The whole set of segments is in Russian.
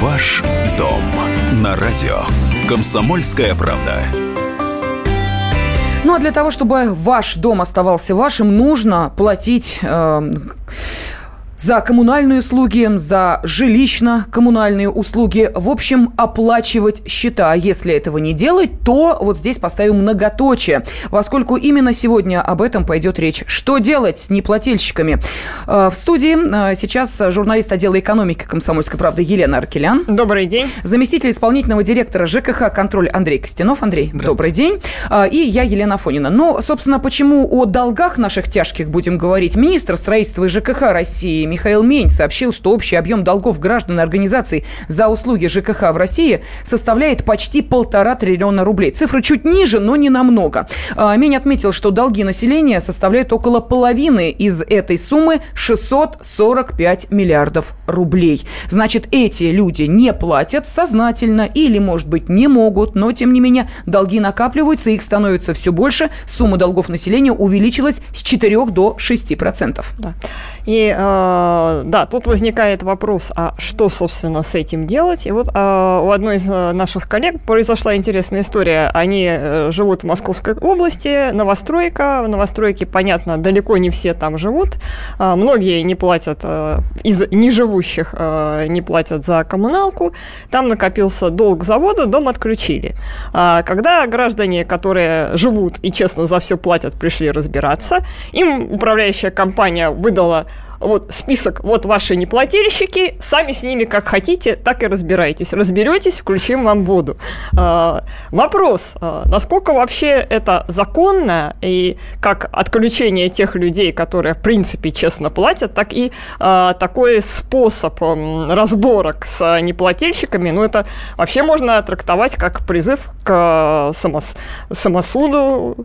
Ваш дом на радио «Комсомольская правда». Ну а для того, чтобы ваш дом оставался вашим, нужно платить за коммунальные услуги, за жилищно-коммунальные услуги, в общем, оплачивать счета. А если этого не делать, то вот здесь поставим многоточие, поскольку именно сегодня об этом пойдет речь. Что делать с неплательщиками? В студии сейчас журналист отдела экономики «Комсомольской правды» Елена Аркелян. Добрый день. Заместитель исполнительного директора ЖКХ «Контроль» Андрей Костянов. Андрей, добрый день. И я, Елена Афонина. Но, собственно, почему о долгах наших тяжких будем говорить? Министр строительства и ЖКХ России Михаил Мень сообщил, что общий объем долгов граждан и организаций за услуги ЖКХ в России составляет почти 1,5 триллиона рублей. Цифра чуть ниже, но не намного. Мень отметил, что долги населения составляют около половины из этой суммы – 645 миллиардов рублей. Значит, эти люди не платят сознательно или, может быть, не могут, но, тем не менее, долги накапливаются, их становится все больше. Сумма долгов населения увеличилась с 4 до 6%. Да. И да, тут возникает вопрос, а что, собственно, с этим делать? И вот у одной из наших коллег произошла интересная история. Они живут в Московской области, новостройка. В новостройке, понятно, далеко не все там живут. Многие не платят, из неживущих не платят за коммуналку. Там накопился долг завода, дом отключили. Когда граждане, которые живут и честно за все платят, пришли разбираться, им управляющая компания выдала вот список, вот ваши неплательщики, сами с ними как хотите, так и разбирайтесь. Разберетесь, включим вам воду. Вопрос, насколько вообще это законно, и как отключение тех людей, которые в принципе честно платят, так и такой способ разборок с неплательщиками, ну это вообще можно трактовать как призыв к самосуду.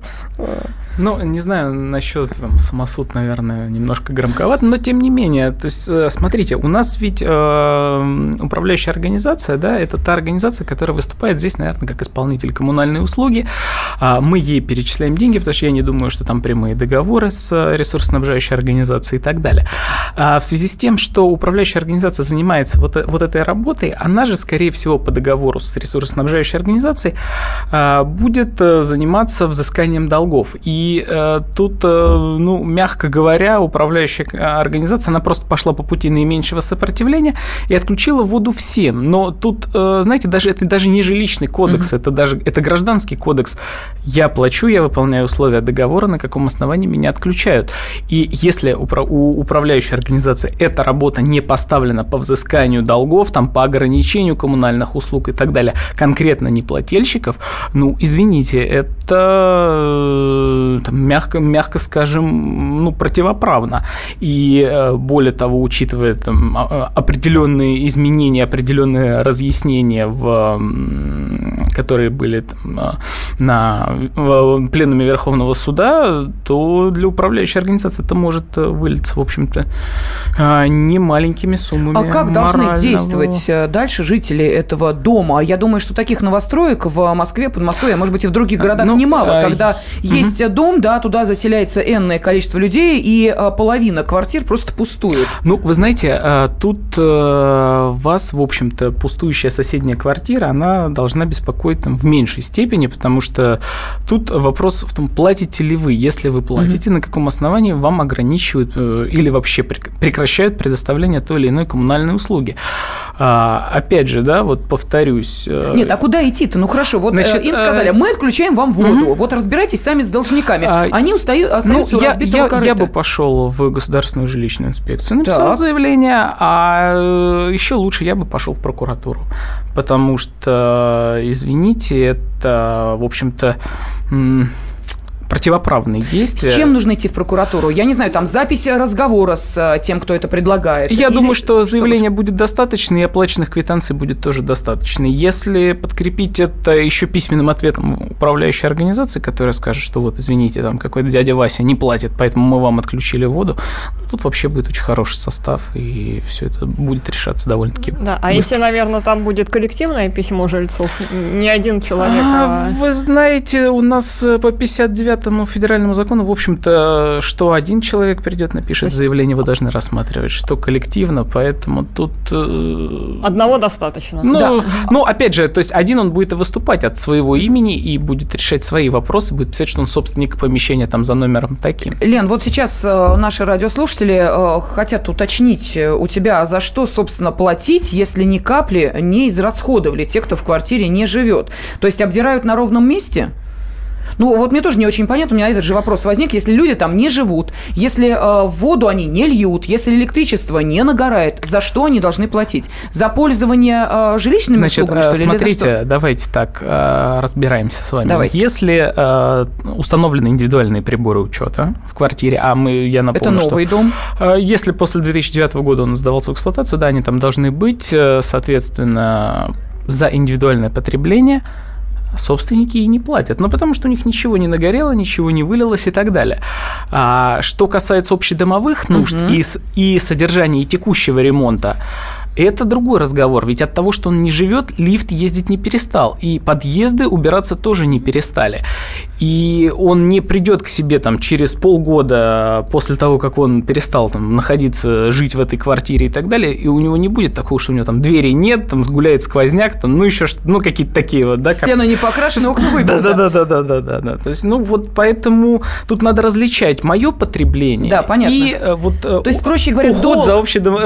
Ну, не знаю, насчет самосуд, наверное, немножко громковато, но тем не менее, то есть, смотрите, у нас ведь управляющая организация, да, это та организация, которая выступает здесь, наверное, как исполнитель коммунальной услуги. Мы ей перечисляем деньги, потому что я не думаю, что там прямые договоры с ресурсоснабжающей организацией и так далее. В связи с тем, что управляющая организация занимается вот этой работой, она же, скорее всего, по договору с ресурсоснабжающей организацией будет заниматься взысканием долгов. И тут, ну, мягко говоря, управляющая организация, она просто пошла по пути наименьшего сопротивления и отключила воду всем. Но тут, знаете, это даже не жилищный кодекс, это гражданский кодекс. Я плачу, я выполняю условия договора, на каком основании меня отключают. И если у управляющей организации эта работа не поставлена по взысканию долгов, там, по ограничению коммунальных услуг и так далее, конкретно неплательщиков, ну, извините, это... мягко скажем, ну, противоправно. И более того, учитывая там определенные изменения, определенные разъяснения, которые были там, в пленуме Верховного суда, то для управляющей организации это может вылиться, в общем-то, немаленькими суммами. А как должны действовать дальше жители этого дома? Я думаю, что таких новостроек в Москве, Подмосковье, а может быть и в других городах немало, когда есть дом, да, туда заселяется энное количество людей, и половина квартир просто пустует. Ну, вы знаете, тут вас, в общем-то, пустующая соседняя квартира, она должна беспокоить там в меньшей степени, потому что тут вопрос в том, платите ли вы. Если вы платите, на каком основании вам ограничивают или вообще прекращают предоставление той или иной коммунальной услуги. Опять же, да, вот повторюсь. Нет, а куда идти-то? Ну, хорошо, вот значит, им сказали, мы отключаем вам воду, вот разбирайтесь сами с должниками. Они остаются у разбитого корыта. Я бы пошел в Государственную жилищную инспекцию, написал заявление, а еще лучше я бы пошел в прокуратуру, потому что, извините, это, в общем-то, противоправные действия. С чем нужно идти в прокуратуру? Я не знаю, там запись разговора с тем, кто это предлагает. Я думаю, что заявления будет достаточно, и оплаченных квитанций будет тоже достаточно. Если подкрепить это еще письменным ответом управляющей организации, которая скажет, что вот, извините, там какой-то дядя Вася не платит, поэтому мы вам отключили воду, тут вообще будет очень хороший состав, и все это будет решаться довольно-таки Да, быстро. А если, наверное, там будет коллективное письмо жильцов, не один человек, Вы знаете, у нас по 59 5-му федеральному закону, в общем-то, что один человек придет, напишет заявление, его должны рассматривать, что коллективно, поэтому тут... Одного достаточно. Ну, опять же, то есть один он будет выступать от своего имени и будет решать свои вопросы, будет писать, что он собственник помещения там за номером таким. Лен, вот сейчас наши радиослушатели хотят уточнить у тебя, за что, собственно, платить, если ни капли не израсходовали те, кто в квартире не живет. То есть обдирают на ровном месте? Ну, вот мне тоже не очень понятно, у меня этот же вопрос возник. Если люди там не живут, если воду они не льют, если электричество не нагорает, за что они должны платить? За пользование жилищными услугами, что ли? Смотрите, давайте так разбираемся с вами. Давайте. Если установлены индивидуальные приборы учета в квартире, я напомню, это новый дом. Если после 2009 года он сдавался в эксплуатацию, да, они там должны быть, соответственно, за индивидуальное потребление собственники и не платят, потому что у них ничего не нагорело, ничего не вылилось и так далее. Что касается общедомовых нужд и содержания и текущего ремонта, это другой разговор, ведь от того, что он не живет, лифт ездить не перестал, и подъезды убираться тоже не перестали. И он не придет к себе там, через полгода после того, как он перестал там, находиться, жить в этой квартире и так далее, и у него не будет такого, что у него там дверей нет, там гуляет сквозняк, там, еще что-то, какие-то такие вот, да. Стены не покрашены, окна выбиты. Да. То есть, поэтому тут надо различать мое потребление. Да, понятно. И то есть, проще говоря, уход за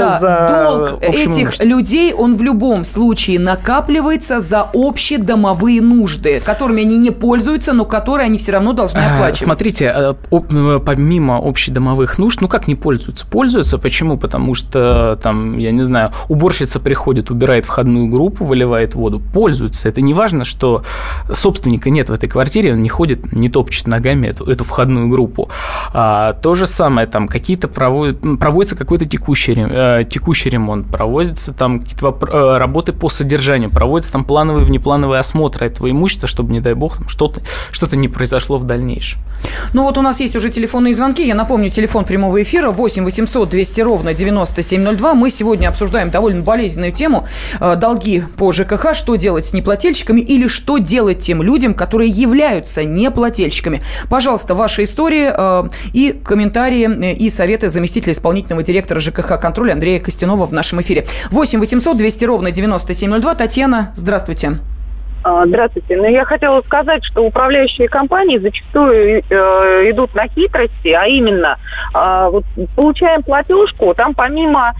долг этих людей, он в любом случае накапливается за общедомовые нужды, которыми они не пользуются, но которые они все равно должны оплачивать. Смотрите, помимо общедомовых нужд, как не пользуются? Пользуются. Почему? Потому что, там, я не знаю, уборщица приходит, убирает входную группу, выливает воду. Пользуются. Это не важно, что собственника нет в этой квартире, он не ходит, не топчет ногами эту входную группу. То же самое, там, какие-то проводится какой-то текущий ремонт, проводятся там какие-то работы по содержанию, проводятся там плановые и внеплановые осмотры этого имущества, чтобы, не дай бог, там что-то не произошло в дальнейшем. Ну вот у нас есть уже телефонные звонки. Я напомню, телефон прямого эфира 8 800 200 ровно 9702. Мы сегодня обсуждаем довольно болезненную тему. Долги по ЖКХ, что делать с неплательщиками или что делать тем людям, которые являются неплательщиками. Пожалуйста, ваши истории и комментарии и советы заместителя исполнительного директора ЖКХ «Контроль» Андрея Костянова в нашем эфире. 8 800 200 ровно 9702. Татьяна, здравствуйте. Здравствуйте. Я хотела сказать, что управляющие компании зачастую идут на хитрости, а именно получаем платежку, там помимо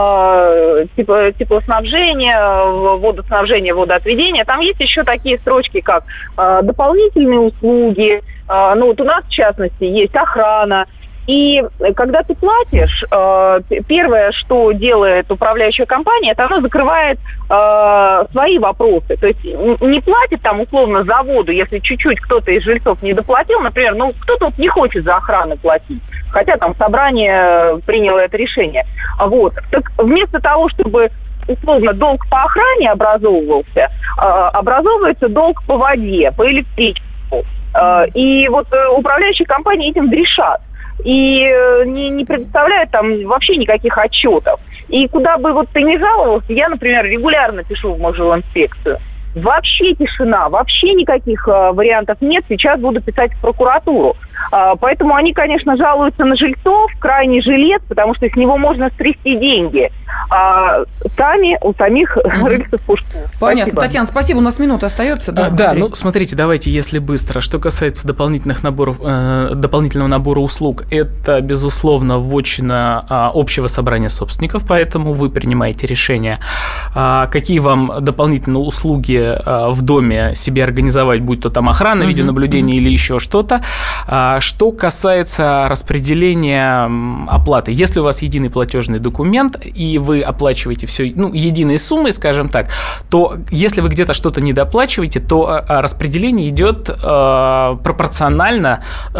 теплоснабжения, водоснабжения, водоотведения, там есть еще такие строчки, как дополнительные услуги, у нас в частности есть охрана. И когда ты платишь, первое, что делает управляющая компания, это она закрывает свои вопросы. То есть не платит там условно за воду, если чуть-чуть кто-то из жильцов не доплатил, например, кто-то не хочет за охрану платить, хотя там собрание приняло это решение. Так вместо того, чтобы условно долг по охране образовывался, образовывается долг по воде, по электричеству. И управляющие компании этим грешат. И не предоставляют там вообще никаких отчетов. И куда бы ты ни жаловался, я, например, регулярно пишу в Мосжилинспекцию. Вообще тишина, вообще никаких вариантов нет. Сейчас буду писать в прокуратуру. Поэтому они, конечно, жалуются на жильцов, крайний жилец, потому что с него можно стрясти деньги. А у самих рыльца в пушку. Понятно. Спасибо. Татьяна, спасибо. У нас минута остается. Да, смотрите, давайте, если быстро. Что касается дополнительного набора услуг, это, безусловно, вотчина общего собрания собственников, поэтому вы принимаете решение, какие вам дополнительные услуги в доме себе организовать, будь то там охрана, видеонаблюдение или еще что-то. Что касается распределения оплаты, если у вас единый платежный документ, и вы оплачиваете все единой суммой, скажем так, то если вы где-то что-то недоплачиваете, то распределение идет пропорционально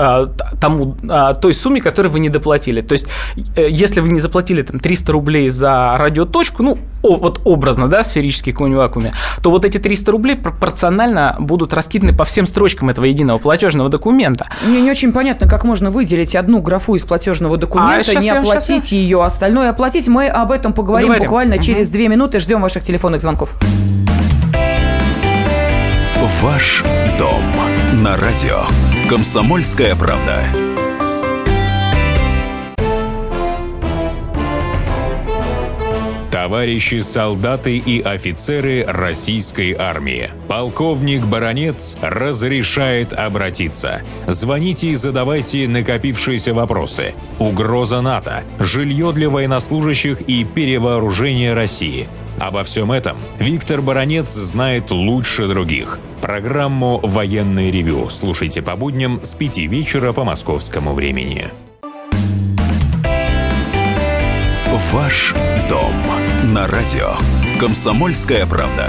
той сумме, которую вы недоплатили. То есть, если вы не заплатили там 300 рублей за радиоточку, образно, да, сферический конь в вакууме, то вот эти 300 рублей пропорционально будут раскиданы по всем строчкам этого единого платежного документа. Мне не очень понятно, как можно выделить одну графу из платежного документа, не оплатить ее, остальное оплатить. Мы об этом поговорим буквально через 2 минуты. Ждем ваших телефонных звонков. Ваш дом на радио. «Комсомольская правда». Товарищи солдаты и офицеры российской армии. Полковник Баранец разрешает обратиться. Звоните и задавайте накопившиеся вопросы. Угроза НАТО, жилье для военнослужащих и перевооружение России. Обо всем этом Виктор Баранец знает лучше других. Программу «Военное ревю» слушайте по будням с 5 вечера по московскому времени. Ваш дом на радио «Комсомольская правда».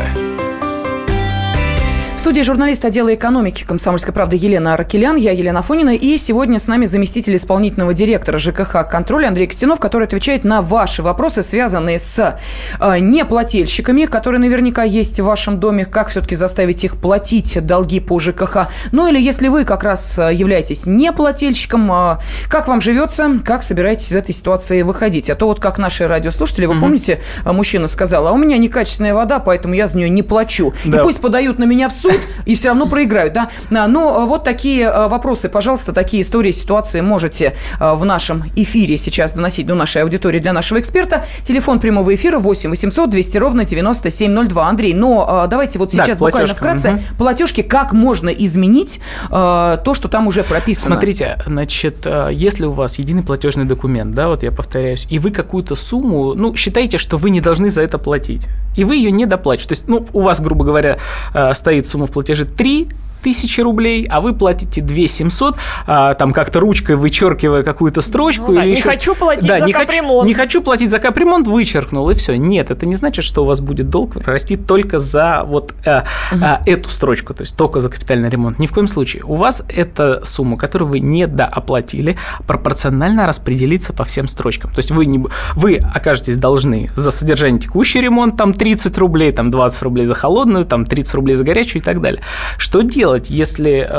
В студии журналист отдела экономики «Комсомольской правды» Елена Аракелян, я Елена Афонина, и сегодня с нами заместитель исполнительного директора ЖКХ «Контроль» Андрей Костянов, который отвечает на ваши вопросы, связанные с неплательщиками, которые наверняка есть в вашем доме, как все-таки заставить их платить долги по ЖКХ. Ну или если вы как раз являетесь неплательщиком, как вам живется, как собираетесь из этой ситуации выходить? А то вот как наши радиослушатели, вы помните, мужчина сказал, а у меня некачественная вода, поэтому я за нее не плачу. Да. И пусть подают на меня в суд, и все равно проиграют, да? Но вот такие вопросы, пожалуйста, такие истории, ситуации можете в нашем эфире сейчас доносить до нашей аудитории для нашего эксперта. Телефон прямого эфира 8 800 200 ровно 9702. Андрей, но давайте вот сейчас буквально вкратце. Платежки, как можно изменить то, что там уже прописано? Смотрите, значит, если у вас единый платежный документ, да, вот я повторяюсь, и вы какую-то сумму, считаете, что вы не должны за это платить, и вы ее не доплачиваете. То есть, у вас, грубо говоря, стоит сумма в платеже 3000 рублей, а вы платите 2700, там как-то ручкой вычеркивая какую-то строчку. Или не хочу платить за капремонт. Не хочу платить за капремонт, вычеркнул, и все. Нет, это не значит, что у вас будет долг расти только за вот эту строчку, то есть только за капитальный ремонт. Ни в коем случае. У вас эта сумма, которую вы не дооплатили, пропорционально распределится по всем строчкам. То есть вы окажетесь должны за содержание текущий ремонт, там 30 рублей, там 20 рублей за холодную, там 30 рублей за горячую и так далее. Что делать, если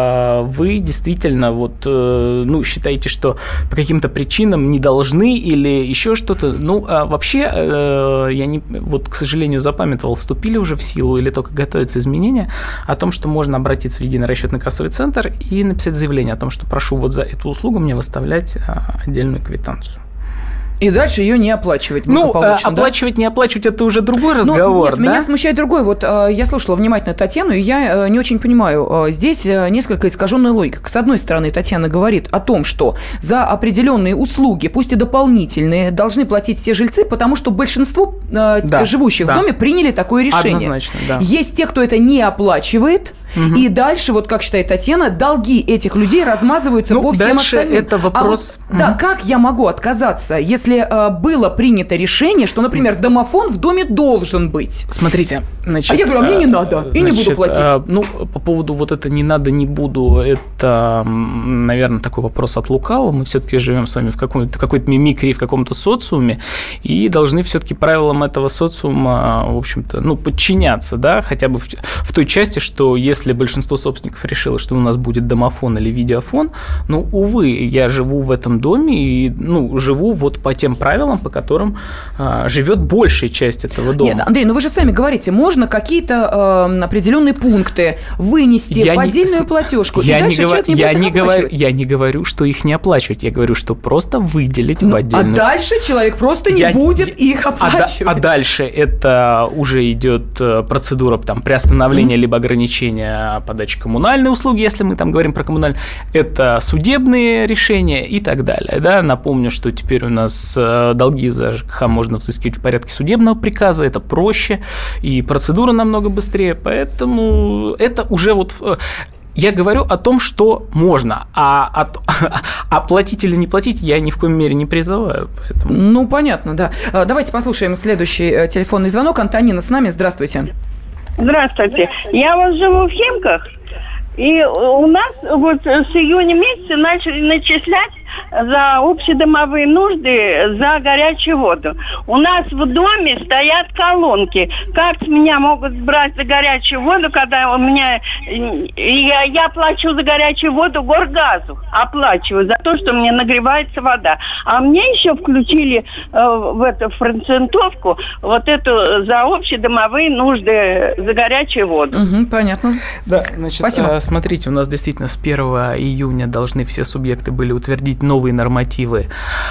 вы действительно считаете, что по каким-то причинам не должны или еще что-то? Вообще, я к сожалению, запамятовал, вступили уже в силу или только готовятся изменения о том, что можно обратиться в единый расчетно-кассовый центр и написать заявление о том, что прошу вот за эту услугу мне выставлять отдельную квитанцию. И дальше ее не оплачивать. Оплачивать, не оплачивать – это уже другой разговор, нет, меня смущает другой. Вот я слушала внимательно Татьяну, и я не очень понимаю. Здесь несколько искаженная логика. С одной стороны, Татьяна говорит о том, что за определенные услуги, пусть и дополнительные, должны платить все жильцы, потому что большинство живущих в доме приняли такое решение. Однозначно, да. Есть те, кто это не оплачивает, и дальше, вот как считает Татьяна, долги этих людей размазываются по всем остальным. Это вопрос... как я могу отказаться, если было принято решение, что, например, домофон в доме должен быть? Смотрите, значит... я говорю, мне не надо, и не буду платить. По поводу вот это «не надо, не буду», это, наверное, такой вопрос от лукавого. Мы все-таки живем с вами в какой-то мимикрии, в каком-то социуме, и должны все-таки правилам этого социума, в общем-то, подчиняться, да, хотя бы в той части, что если большинство собственников решило, что у нас будет домофон или видеофон, увы, я живу в этом доме и, живу вот по тем правилам, по которым живет большая часть этого дома. Нет, Андрей, вы же сами говорите, можно какие-то определенные пункты вынести в отдельную платежку, и дальше человек не будет их оплачивать. Я не говорю, что их не оплачивать, я говорю, что просто выделить в отдельную... А дальше человек просто не будет их оплачивать. А дальше это уже идет процедура приостановления либо ограничения подачи коммунальной услуги, если мы там говорим про коммунальные, это судебные решения и так далее. Да? Напомню, что теперь у нас долги за ЖКХ можно взыскивать в порядке судебного приказа, это проще, и процедура намного быстрее, поэтому это уже я говорю о том, что можно, а платить или не платить я ни в коем мере не призываю. Поэтому... понятно, да. Давайте послушаем следующий телефонный звонок. Антонина с нами, здравствуйте. Здравствуйте. Я живу в Химках, и у нас с июня месяца начали начислять за общедомовые нужды за горячую воду. У нас в доме стоят колонки. Как с меня могут брать за горячую воду, когда у меня... Я плачу за горячую воду Горгазу. Оплачиваю за то, что мне нагревается вода. А мне еще включили в эту процентовку вот эту за общедомовые нужды за горячую воду. Угу, понятно. Да, значит, спасибо. Смотрите, у нас действительно с 1 июня должны все субъекты были утвердить новые нормативы,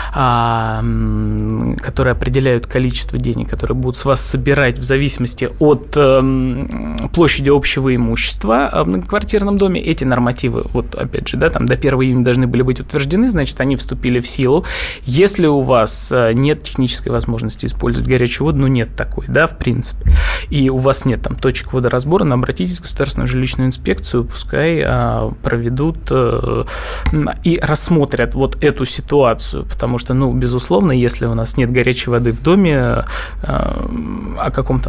которые определяют количество денег, которые будут с вас собирать в зависимости от площади общего имущества в многоквартирном доме. Эти нормативы, вот опять же, да, там до 1 июня должны были быть утверждены, значит, они вступили в силу. Если у вас нет технической возможности использовать горячую воду, ну, нет такой, да, в принципе, и у вас нет там точек водоразбора, но обратитесь в Государственную жилищную инспекцию, пускай проведут и рассмотрят вот эту ситуацию, потому что, ну, безусловно, если у нас нет горячей воды в доме, о каком-то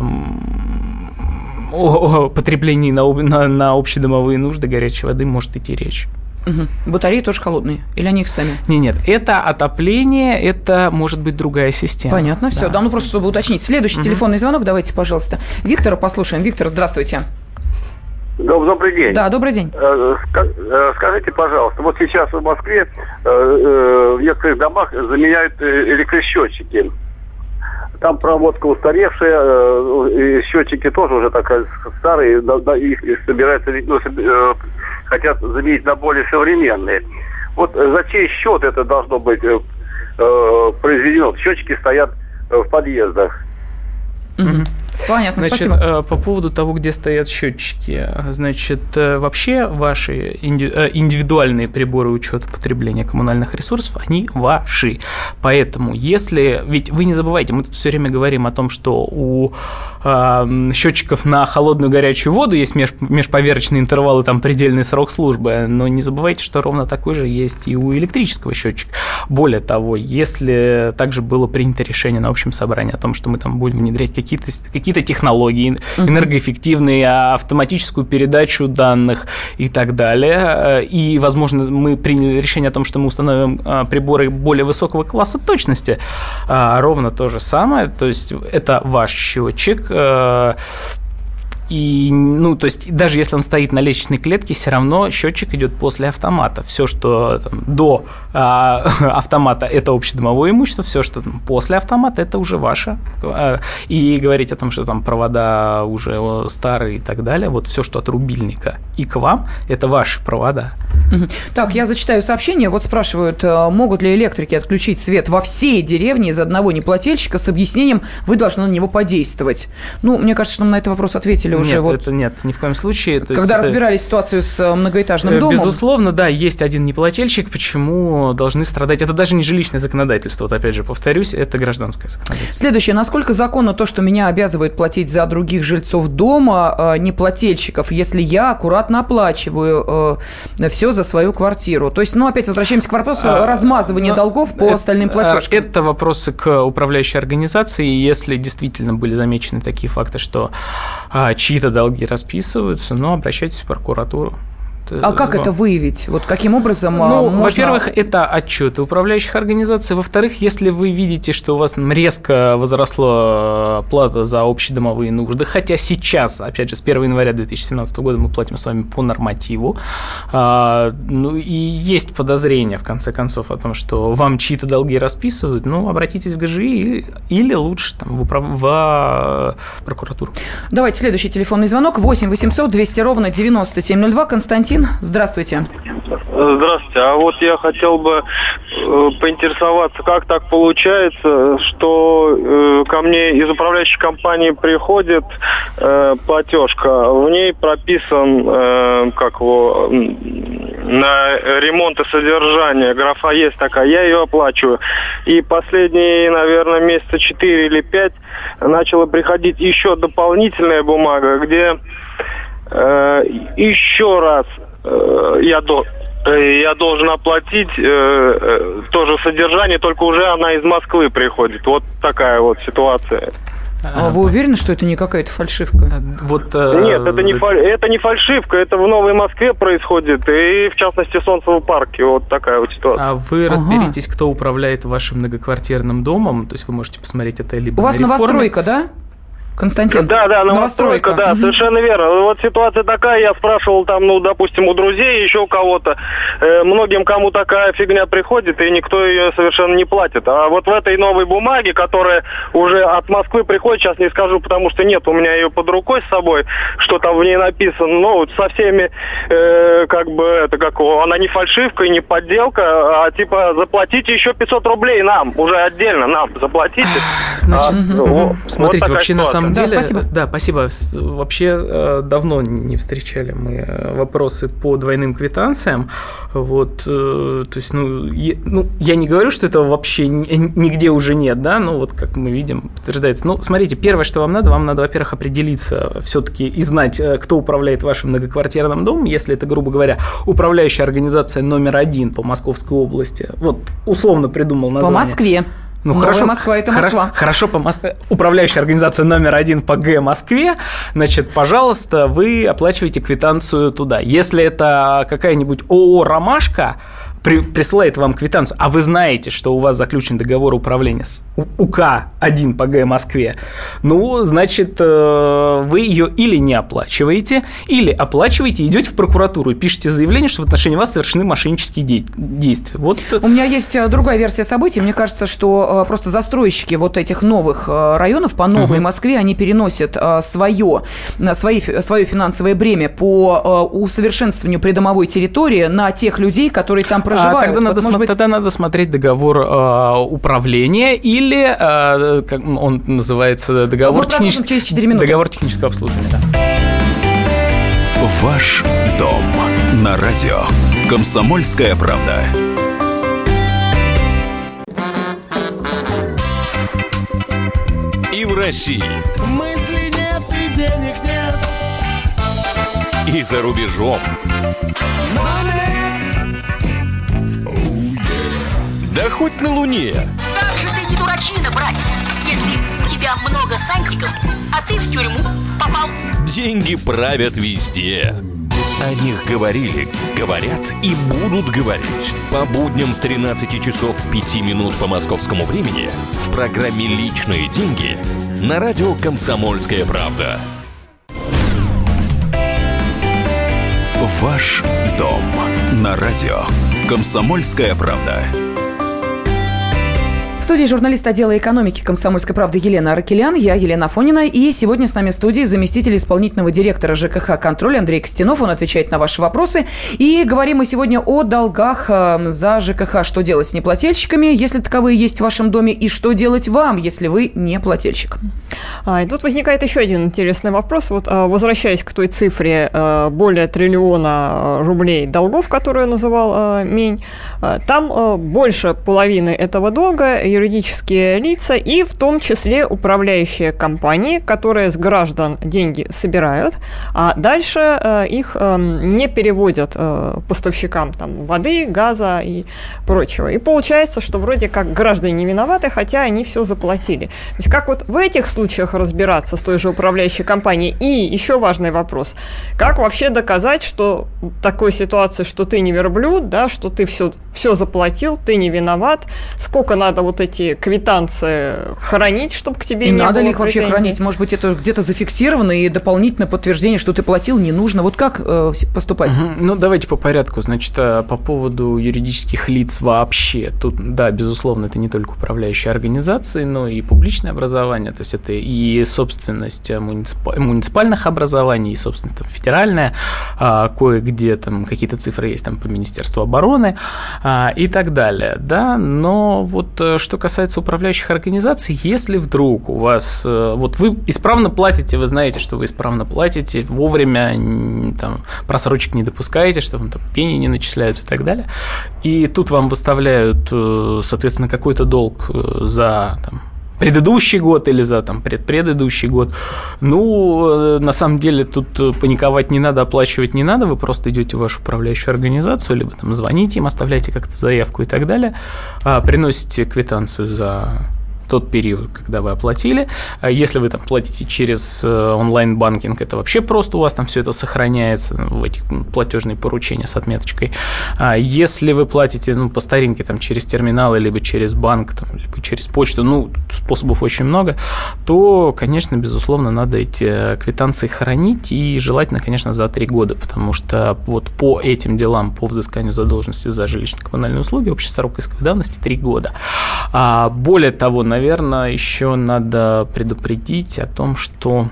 потреблении на общедомовые нужды горячей воды может идти речь. Угу. Батареи тоже холодные? Или они их сами? Нет, это отопление, это может быть другая система. Понятно, все. Да, ну просто чтобы уточнить. Следующий телефонный звонок, давайте, пожалуйста. Виктора послушаем. Виктор, здравствуйте. Добрый день. Да, добрый день. Скажите, пожалуйста, вот сейчас в Москве в некоторых домах заменяют электросчетчики. Там проводка устаревшая, счетчики тоже уже такая старые, их собираются, хотят заменить на более современные. Вот за чей счет это должно быть произведено? Счетчики стоят в подъездах. Угу. Понятно, значит, спасибо. По поводу того, где стоят счетчики, значит, вообще ваши индивидуальные приборы учета потребления коммунальных ресурсов, они ваши. Поэтому, если... Ведь вы не забывайте, мы тут все время говорим о том, что у счетчиков на холодную горячую воду есть межповерочные интервалы, там предельный срок службы, но не забывайте, что ровно такой же есть и у электрического счетчика. Более того, если также было принято решение на общем собрании о том, что мы там будем внедрять какие-то технологии, энергоэффективные, автоматическую передачу данных и так далее. И, возможно, мы приняли решение о том, что мы установим приборы более высокого класса точности. Ровно то же самое. То есть это ваш счетчик. И, ну, то есть, даже если он стоит на лестничной клетке, все равно счетчик идет после автомата. Все, что там, до автомата, это общедомовое имущество, все, что там, после автомата, это уже ваше. И говорить о том, что там провода уже старые и так далее, вот все, что от рубильника и к вам, это ваши провода. Так, я зачитаю сообщение. Вот спрашивают, могут ли электрики отключить свет во всей деревне из одного неплательщика с объяснением, вы должны на него подействовать. Ну, мне кажется, что нам на этот вопрос ответили уже. Нет, вот, это нет, ни в коем случае. То когда есть разбирали ситуацию с многоэтажным домом. Безусловно, да, есть один неплательщик, почему должны страдать. Это даже не жилищное законодательство, вот опять же повторюсь, это гражданское законодательство. Следующее. Насколько законно то, что меня обязывает платить за других жильцов дома, неплательщиков, если я аккуратно оплачиваю все за свою квартиру? То есть, ну, опять возвращаемся к вопросу размазывания долгов по остальным платежкам. Это вопросы к управляющей организации. Если действительно были замечены такие факты, что чьи-то долги расписываются, но обращайтесь в прокуратуру. А как это выявить? Вот каким образом можно... Во-первых, это отчеты управляющих организаций. Во-вторых, если вы видите, что у вас резко возросла плата за общедомовые нужды, хотя сейчас, опять же, с 1 января 2017 года мы платим с вами по нормативу, ну и есть подозрение, в конце концов, о том, что вам чьи-то долги расписывают, ну, обратитесь в ГЖИ или лучше там, в прокуратуру. Давайте следующий телефонный звонок. 8 800 200 ровно 9702. Константин, здравствуйте. Здравствуйте. А вот я хотел бы поинтересоваться, как так получается, что ко мне из управляющей компании приходит платежка, в ней прописан на ремонт и содержание, графа есть такая, я ее оплачиваю. И последние, наверное, месяца 4 или 5 начала приходить еще дополнительная бумага, где еще раз я должен оплатить тоже содержание, только уже она из Москвы приходит. Вот такая вот ситуация. А вы уверены, что это не какая-то фальшивка? Нет, это не фальшивка, это в Новой Москве происходит, и в частности в Солнцевом парке, вот такая вот ситуация. А вы разберитесь, кто управляет вашим многоквартирным домом, то есть вы можете посмотреть это либо у вас новостройка, да? Константин? Да, новостройка, да, совершенно верно. Вот ситуация такая, я спрашивал там, допустим, у друзей, еще у кого-то, многим кому такая фигня приходит, и никто ее совершенно не платит. А вот в этой новой бумаге, которая уже от Москвы приходит, сейчас не скажу, потому что нет у меня ее под рукой с собой, что там в ней написано, со всеми, она не фальшивка и не подделка, а типа заплатите еще 500 рублей нам, уже отдельно нам заплатите. Значит, смотрите, вообще на самом деле, спасибо. Да, спасибо. Вообще давно не встречали мы вопросы по двойным квитанциям. Вот, то есть, я не говорю, что этого вообще нигде уже нет, да, но вот как мы видим, подтверждается. Смотрите, первое, что вам надо, во-первых, определиться все-таки и знать, кто управляет вашим многоквартирным домом, если это, грубо говоря, управляющая организация номер 1 по Московской области. Вот, условно придумал название. По Москве. Хорошо, Москва – это Москва. Хорошо, по Москве. Управляющая организация номер 1 по Г Москве, значит, пожалуйста, вы оплачиваете квитанцию туда. Если это какая-нибудь ООО «Ромашка», присылает вам квитанцию, а вы знаете, что у вас заключен договор управления с УК-1 по Г Москве, значит, вы ее или не оплачиваете, или оплачиваете, идете в прокуратуру и пишете заявление, что в отношении вас совершены мошеннические действия. Вот. У меня есть другая версия событий. Мне кажется, что просто застройщики вот этих новых районов по Новой Москве, они переносят свое финансовое бремя по усовершенствованию придомовой территории на тех людей, которые там проживают. Тогда надо смотреть договор управления или, как он называется, договор технического обслуживания. Да. Ваш дом на радио «Комсомольская правда». И в России. Мысли нет и денег нет. И за рубежом. Да хоть на Луне. Как же ты не дурачина, братец, если у тебя много сантиков, а ты в тюрьму попал. Деньги правят везде. О них говорили, говорят и будут говорить. По будням с 13 часов 5 минут по московскому времени в программе «Личные деньги» на радио «Комсомольская правда». Ваш дом на радио «Комсомольская правда». В студии журналист отдела экономики «Комсомольской правды» Елена Аракелян, я Елена Афонина, и сегодня с нами в студии заместитель исполнительного директора ЖКХ «Контроль» Андрей Костянов, он отвечает на ваши вопросы. И говорим мы сегодня о долгах за ЖКХ, что делать с неплательщиками, если таковые есть в вашем доме, и что делать вам, если вы не плательщик. И тут возникает еще один интересный вопрос. Вот, возвращаясь к той цифре более 1 триллиона рублей долгов, которую называл Мень, там больше половины этого долга юридические лица и в том числе управляющие компании, которые с граждан деньги собирают, а дальше их не переводят поставщикам воды, газа и прочего. И получается, что вроде как граждане не виноваты, хотя они все заплатили. То есть как вот в этих случаях разбираться с той же управляющей компанией? И еще важный вопрос. Как вообще доказать, что в такой ситуации, что ты не верблюд, да, что ты все заплатил, ты не виноват, сколько надо вот эти квитанции хранить, чтобы к тебе и не было надо ли их вообще претензий? хранить? Может быть, это где-то зафиксировано, и дополнительно подтверждение, что ты платил, не нужно. Вот как поступать? Давайте по порядку. Значит, по поводу юридических лиц вообще. Тут, да, безусловно, это не только управляющие организации, но и публичное образование. То есть это и собственность муниципальных образований, и собственность федеральная. Кое-где там какие-то цифры есть по Министерству обороны и так далее. Да? Но вот что касается управляющих организаций, если вдруг у вас, вот вы исправно платите, вы знаете, что вы исправно платите, вовремя просрочек не допускаете, что вам пени не начисляют и так далее, и тут вам выставляют, соответственно, какой-то долг за предыдущий год или за предпредыдущий год, на самом деле тут паниковать не надо, оплачивать не надо, вы просто идете в вашу управляющую организацию, либо звоните им, оставляете как-то заявку и так далее, приносите квитанцию за тот период, когда вы оплатили. Если вы там платите через онлайн-банкинг, это вообще просто у вас там все это сохраняется в этих платежные поручения с отметочкой. Если вы платите по старинке там, через терминалы, либо через банк, там, либо через почту, способов очень много, то, конечно, безусловно, надо эти квитанции хранить, и желательно, конечно, за 3 года, потому что вот по этим делам, по взысканию задолженности за жилищно-коммунальные услуги, общий срок исковой давности 3 года. Более того, наверное, еще надо предупредить о том, что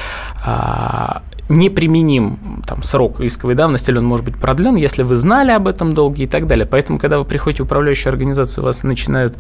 неприменим там, срок исковой давности, или он может быть продлен, если вы знали об этом долге и так далее. Поэтому, когда вы приходите в управляющую организацию, вас начинают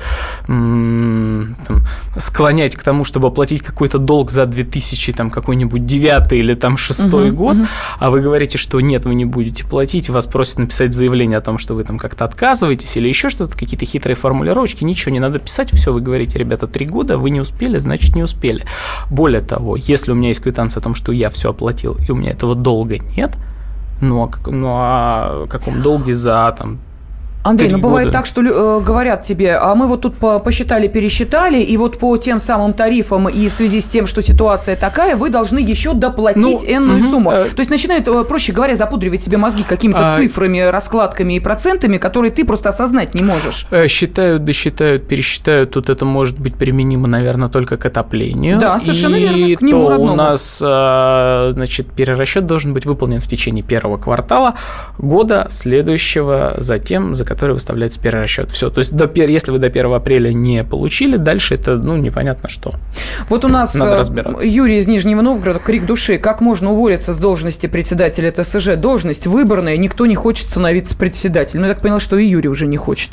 склонять к тому, чтобы оплатить какой-то долг за 2000, там, какой-нибудь 9 или там 6 год, а вы говорите, что нет, вы не будете платить, вас просят написать заявление о том, что вы там как-то отказываетесь или еще что-то, какие-то хитрые формулировочки, ничего не надо писать, все, вы говорите, ребята, 3 года, вы не успели, значит, не успели. Более того, если у меня есть квитанция о том, что я все оплатил, и у меня этого долга нет, о каком долге за там, Андрей, бывает так, что говорят тебе, а мы вот тут посчитали, пересчитали, и вот по тем самым тарифам и в связи с тем, что ситуация такая, вы должны еще доплатить энную сумму. То есть начинают, проще говоря, запудривать себе мозги какими-то цифрами, раскладками и процентами, которые ты просто осознать не можешь. Считают, досчитают, пересчитают. Тут это может быть применимо, наверное, только к отоплению. Да, совершенно верно. И то у нас, значит, перерасчет должен быть выполнен в течение первого квартала года следующего, затем за который выставляется перерасчет. Все. То есть, если вы до 1 апреля не получили, дальше это, непонятно что. Вот у нас Юрий из Нижнего Новгорода, крик души. Как можно уволиться с должности председателя ТСЖ? Должность выборная, никто не хочет становиться председателем. Я так поняла, что и Юрий уже не хочет.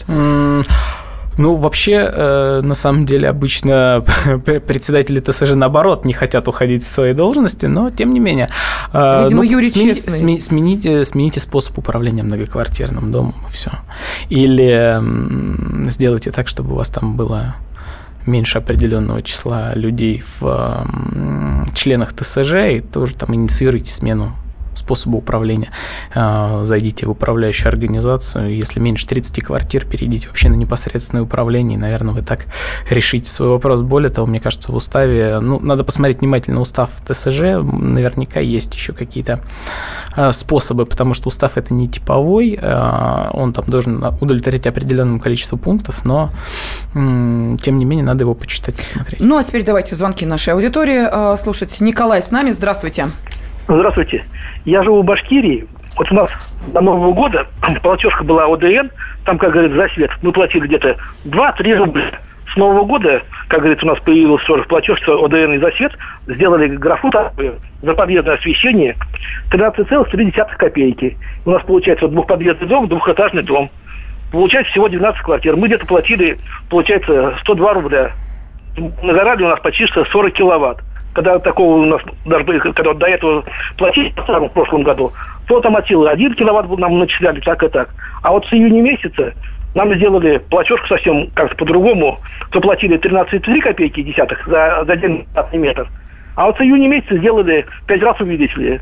Вообще, на самом деле, обычно председатели ТСЖ, наоборот, не хотят уходить с своей должности, но, тем не менее... Видимо, Юрий честный. Смените способ управления многоквартирным домом, и все. Или сделайте так, чтобы у вас там было меньше определенного числа людей в членах ТСЖ, и тоже там инициируйте смену способа управления. Зайдите в управляющую организацию. Если меньше 30 квартир, перейдите вообще на непосредственное управление, и, наверное, вы так решите свой вопрос. Более того, мне кажется, в уставе, надо посмотреть внимательно устав ТСЖ, наверняка есть еще какие-то способы, потому что устав это не типовой, он там должен удовлетворить определенному количеству пунктов, но, тем не менее, надо его почитать, посмотреть. А теперь давайте звонки нашей аудитории слушать. Николай с нами, здравствуйте. Здравствуйте. Я живу в Башкирии. Вот у нас до Нового года платежка была ОДН, там, как говорится, за свет. Мы платили где-то 2-3 рубля. С Нового года, как говорится, у нас появилась тоже платежка ОДН и за свет. Сделали графу такую за подъездное освещение 13,3 копейки. У нас получается двухподъездный дом, двухэтажный дом. Получается всего 12 квартир. Мы где-то платили, получается, 102 рубля. Нагорали у нас почти 40 киловатт. Когда такого у нас, даже когда до этого платили в прошлом году, то там от силы 1 киловатт нам начисляли, так и так. А вот с июня месяца нам сделали платежку совсем как-то по-другому. То платили 13,3 копейки десятых за 1 метр. А вот с июня месяца сделали 5 раз увеличили.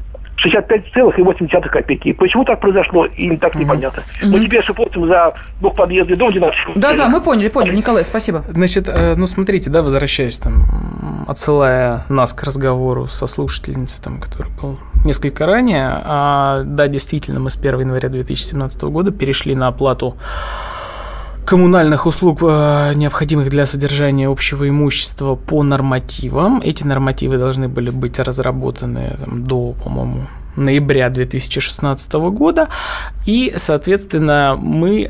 65,8 копейки. И почему так произошло, им так непонятно. Мы теперь же платим за двухподъездный дом 12. Да, мы поняли, Николай, спасибо. Значит, смотрите, возвращаясь отсылая нас к разговору со слушательницей, который был несколько ранее, да, действительно, мы с 1 января 2017 года перешли на оплату коммунальных услуг, необходимых для содержания общего имущества по нормативам. Эти нормативы должны были быть разработаны до, по-моему, ноября 2016 года, и, соответственно, мы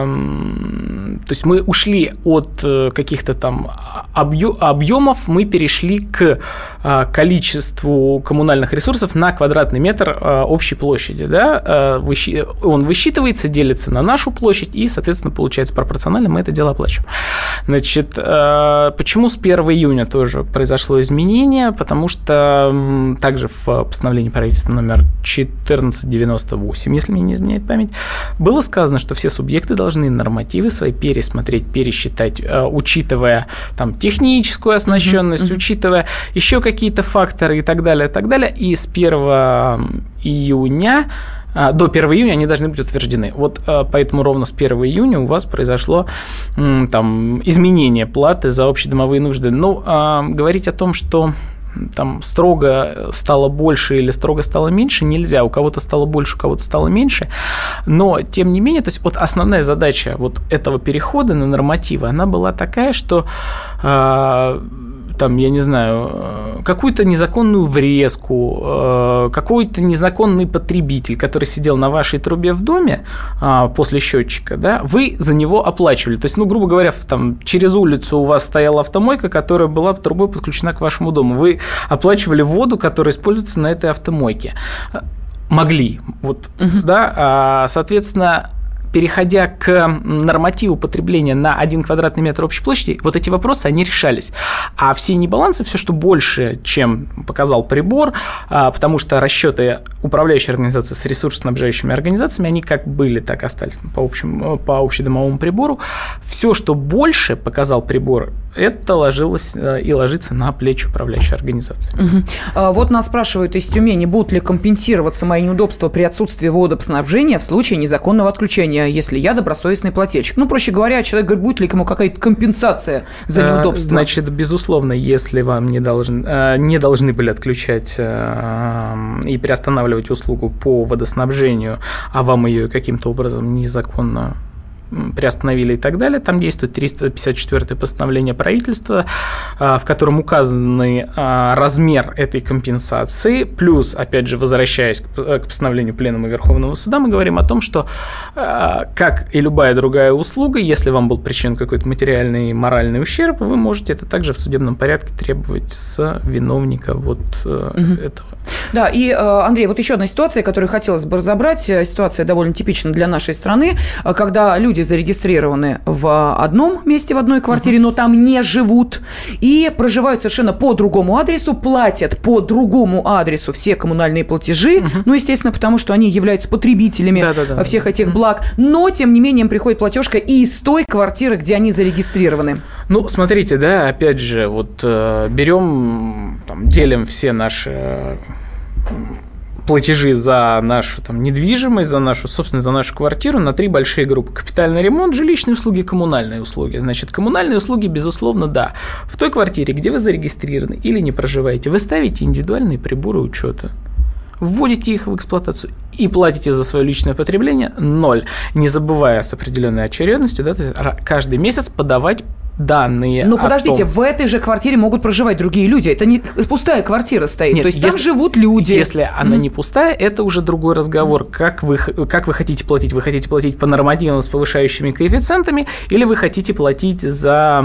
ушли от каких-то там объемов, мы перешли к количеству коммунальных ресурсов на квадратный метр общей площади. Да? Он высчитывается, делится на нашу площадь, и, соответственно, получается пропорционально, мы это дело оплачиваем. Значит, почему с 1 июня тоже произошло изменение? Потому что также в постановлении правительства номер 1498, если мне не изменяет память, было сказано, что все субъекты должны нормативы свои пересмотреть, пересчитать, учитывая там техническую оснащенность, учитывая еще какие-то факторы и так далее, и так далее. И с 1 июня до 1 июня они должны быть утверждены. Вот поэтому ровно с 1 июня у вас произошло там изменение платы за общедомовые нужды. Но говорить о том, что там строго стало больше или строго стало меньше, нельзя. У кого-то стало больше, у кого-то стало меньше. Но, тем не менее, то есть вот основная задача вот этого перехода на нормативы, она была такая, что там, я не знаю, какую-то незаконную врезку, какой-то незаконный потребитель, который сидел на вашей трубе в доме после счетчика, да, вы за него оплачивали. То есть, ну, грубо говоря, там, через улицу у вас стояла автомойка, которая была трубой подключена к вашему дому. Вы оплачивали воду, которая используется на этой автомойке. Могли, вот, да, соответственно, переходя к нормативу потребления на 1 квадратный метр общей площади, вот эти вопросы, они решались. А все небалансы, все, что больше, чем показал прибор, потому что расчеты управляющей организации с ресурсоснабжающими организациями, они как были, так и остались по общедомовому прибору. Все, что больше показал прибор, это ложилось и ложится на плечи управляющей организации. Вот нас спрашивают из Тюмени, будут ли компенсироваться мои неудобства при отсутствии водоснабжения в случае незаконного отключения, если я добросовестный плательщик. Ну, проще говоря, человек говорит, будет ли ему какая-то компенсация за неудобства? Значит, безусловно, если вам не должны были отключать и приостанавливать услугу по водоснабжению, а вам ее каким-то образом незаконно приостановили и так далее. Там действует 354-е постановление правительства, в котором указаны размер этой компенсации, плюс, опять же, возвращаясь к постановлению Пленума Верховного Суда, мы говорим о том, что, как и любая другая услуга, если вам был причинен какой-то материальный и моральный ущерб, вы можете это также в судебном порядке требовать с виновника вот этого. Да, и, Андрей, вот еще одна ситуация, которую хотелось бы разобрать. Ситуация довольно типична для нашей страны, когда люди зарегистрированы в одном месте, в одной квартире, но там не живут, и проживают совершенно по другому адресу, платят по другому адресу все коммунальные платежи, ну, естественно, потому что они являются потребителями всех этих благ, но, тем не менее, им приходит платежка и из той квартиры, где они зарегистрированы. Ну, смотрите, да, опять же, вот берем, там, делим все наши платежи за нашу там недвижимость, за нашу, собственно, за нашу квартиру на 3 большие группы. Капитальный ремонт, жилищные услуги, коммунальные услуги. Значит, коммунальные услуги, безусловно, да. В той квартире, где вы зарегистрированы или не проживаете, вы ставите индивидуальные приборы учета, вводите их в эксплуатацию и платите за свое личное потребление 0, не забывая с определенной очередностью, да, то есть каждый месяц подавать данные. Ну, подождите, в этой же квартире могут проживать другие люди. Это не пустая квартира стоит. Нет, то есть там живут люди. Если она не пустая, это уже другой разговор. Как вы хотите платить? Вы хотите платить по нормативам с повышающими коэффициентами, или вы хотите платить за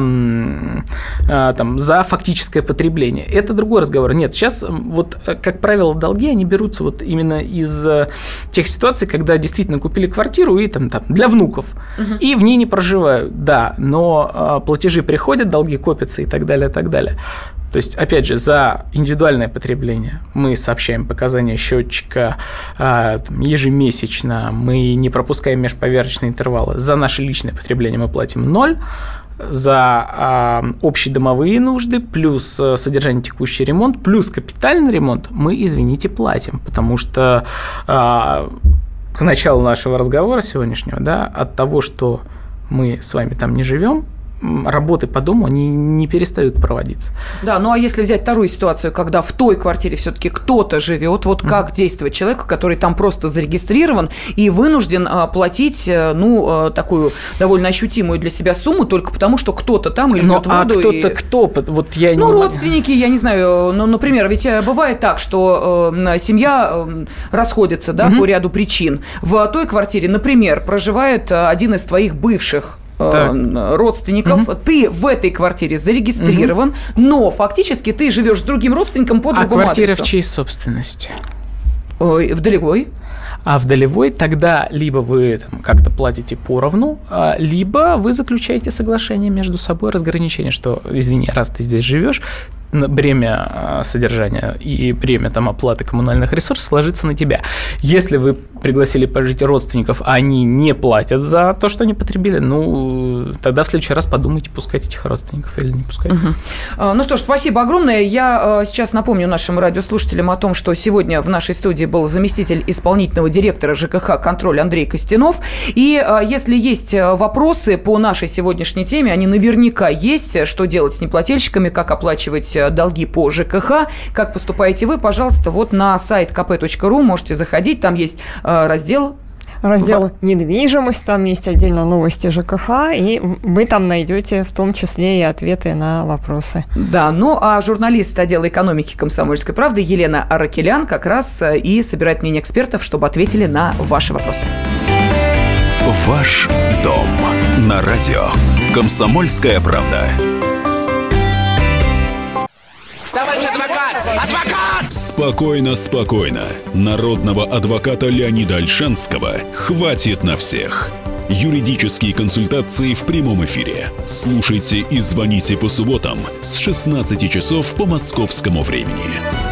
фактическое потребление? Это другой разговор. Нет, сейчас, вот, как правило, долги, они берутся вот именно из тех ситуаций, когда действительно купили квартиру и там для внуков, и в ней не проживают. Да, но платежи приходят, долги копятся и так далее, и так далее. То есть, опять же, за индивидуальное потребление мы сообщаем показания счетчика ежемесячно, мы не пропускаем межповерочные интервалы. За наше личное потребление мы платим 0, за общедомовые нужды, плюс содержание, текущий ремонт, плюс капитальный ремонт мы, извините, платим, потому что к началу нашего разговора сегодняшнего, да, от того, что мы с вами там не живем, работы по дому, они не перестают проводиться. Да, ну а если взять вторую ситуацию, когда в той квартире все-таки кто-то живет, вот как действовать человеку, который там просто зарегистрирован и вынужден платить, такую довольно ощутимую для себя сумму только потому, что кто-то там или льет воду. Кто? Вот я не родственники, я не знаю, например, ведь бывает так, что семья расходится, да, по ряду причин. В той квартире, например, проживает один из твоих бывших родственников, ты в этой квартире зарегистрирован, но фактически ты живешь с другим родственником по другому адресу. А квартира в чьей собственности? В долевой. А в долевой тогда либо вы как-то платите поровну, либо вы заключаете соглашение между собой, разграничение, что, извини, раз ты здесь живешь, бремя содержания и бремя там оплаты коммунальных ресурсов ложится на тебя. Если вы пригласили пожить родственников, а они не платят за то, что они потребили, ну, тогда в следующий раз подумайте, пускать этих родственников или не пускать. Ну что ж, спасибо огромное. Я сейчас напомню нашим радиослушателям о том, что сегодня в нашей студии был заместитель исполнительного директора ЖКХ «Контроль» Андрей Костянов. И если есть вопросы по нашей сегодняшней теме, они наверняка есть, что делать с неплательщиками, как оплачивать долги по ЖКХ, как поступаете вы, пожалуйста, вот на сайт kp.ru можете заходить, там есть раздел «Недвижимость», там есть отдельно новости ЖКХ, и вы там найдете в том числе и ответы на вопросы. Да, ну а журналист отдела экономики «Комсомольской правды» Елена Аракелян как раз и собирает мнение экспертов, чтобы ответили на ваши вопросы. Ваш дом на радио «Комсомольская правда». Товарищ адвокат! Адвокат! Спокойно, спокойно. Народного адвоката Леонида Ольшанского хватит на всех. Юридические консультации в прямом эфире. Слушайте и звоните по субботам с 16 часов по московскому времени.